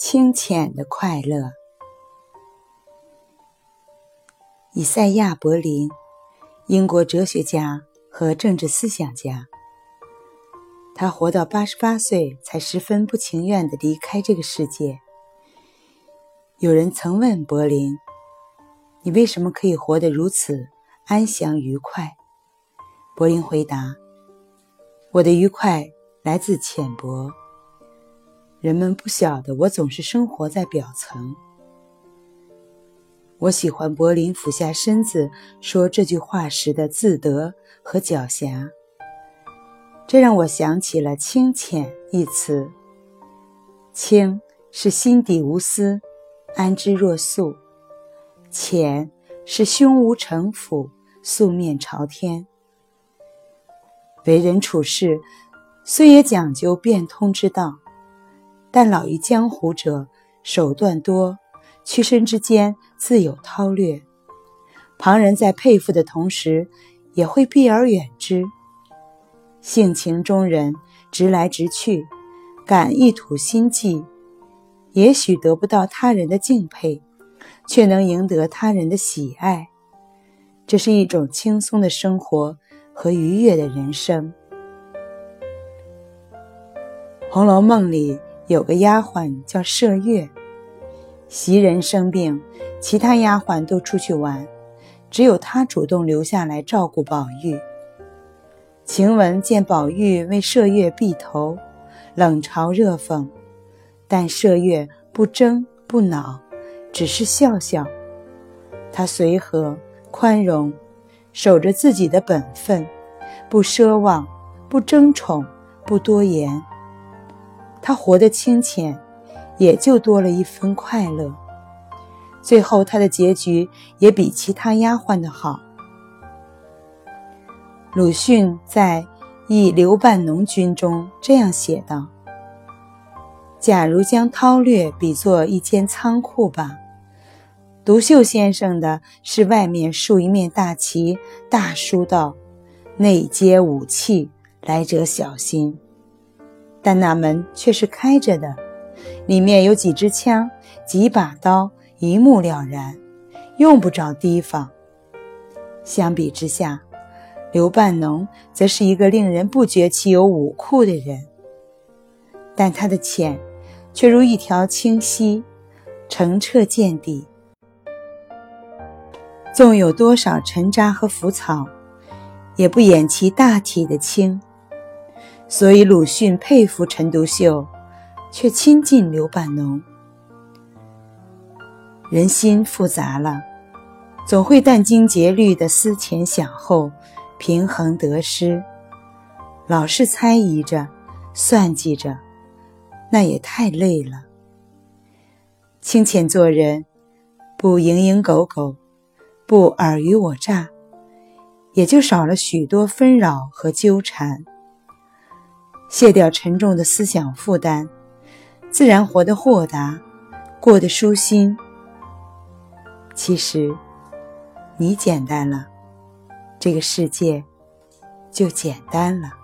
清浅的快乐。以赛亚·柏林，英国哲学家和政治思想家。他活到88岁才十分不情愿地离开这个世界。有人曾问柏林，你为什么可以活得如此安详愉快？柏林回答，我的愉快来自浅薄，人们不晓得我总是生活在表层。我喜欢柏林俯下身子说这句话时的自得和狡黠，这让我想起了清浅一词。清是心底无私，安之若素；浅是胸无城府，素面朝天。为人处事虽也讲究变通之道，但老于江湖者手段多，屈身之间自有韬略，旁人在佩服的同时也会避而远之。性情中人，直来直去，敢一吐心迹，也许得不到他人的敬佩，却能赢得他人的喜爱。这是一种轻松的生活和愉悦的人生。《红楼梦》里有个丫鬟叫麝月，袭人生病，其他丫鬟都出去玩，只有她主动留下来照顾宝玉。晴雯见宝玉为麝月避头，冷嘲热讽，但麝月不争不恼，只是笑笑。她随和宽容，守着自己的本分，不奢望，不争宠，不多言。她活得清浅，也就多了一分快乐。最后她的结局也比其他丫鬟的好。鲁迅在《忆刘半农君》中这样写道，假如将韬略比作一间仓库吧，独秀先生的是外面竖一面大旗，大书道内接武器，来者小心，但那门却是开着的，里面有几支枪，几把刀，一目了然，用不着提防。相比之下，刘半农则是一个令人不觉其有武库的人，但他的浅却如一条清溪，澄澈见底。纵有多少尘渣和浮草，也不掩其大体的清。所以鲁迅佩服陈独秀，却亲近刘半农。人心复杂了，总会殚精竭虑地思前想后，平衡得失，老是猜疑着，算计着，那也太累了。清浅做人，不蝇营狗苟，不尔虞我诈，也就少了许多纷扰和纠缠。卸掉沉重的思想负担，自然活得豁达，过得舒心。其实你简单了，这个世界就简单了。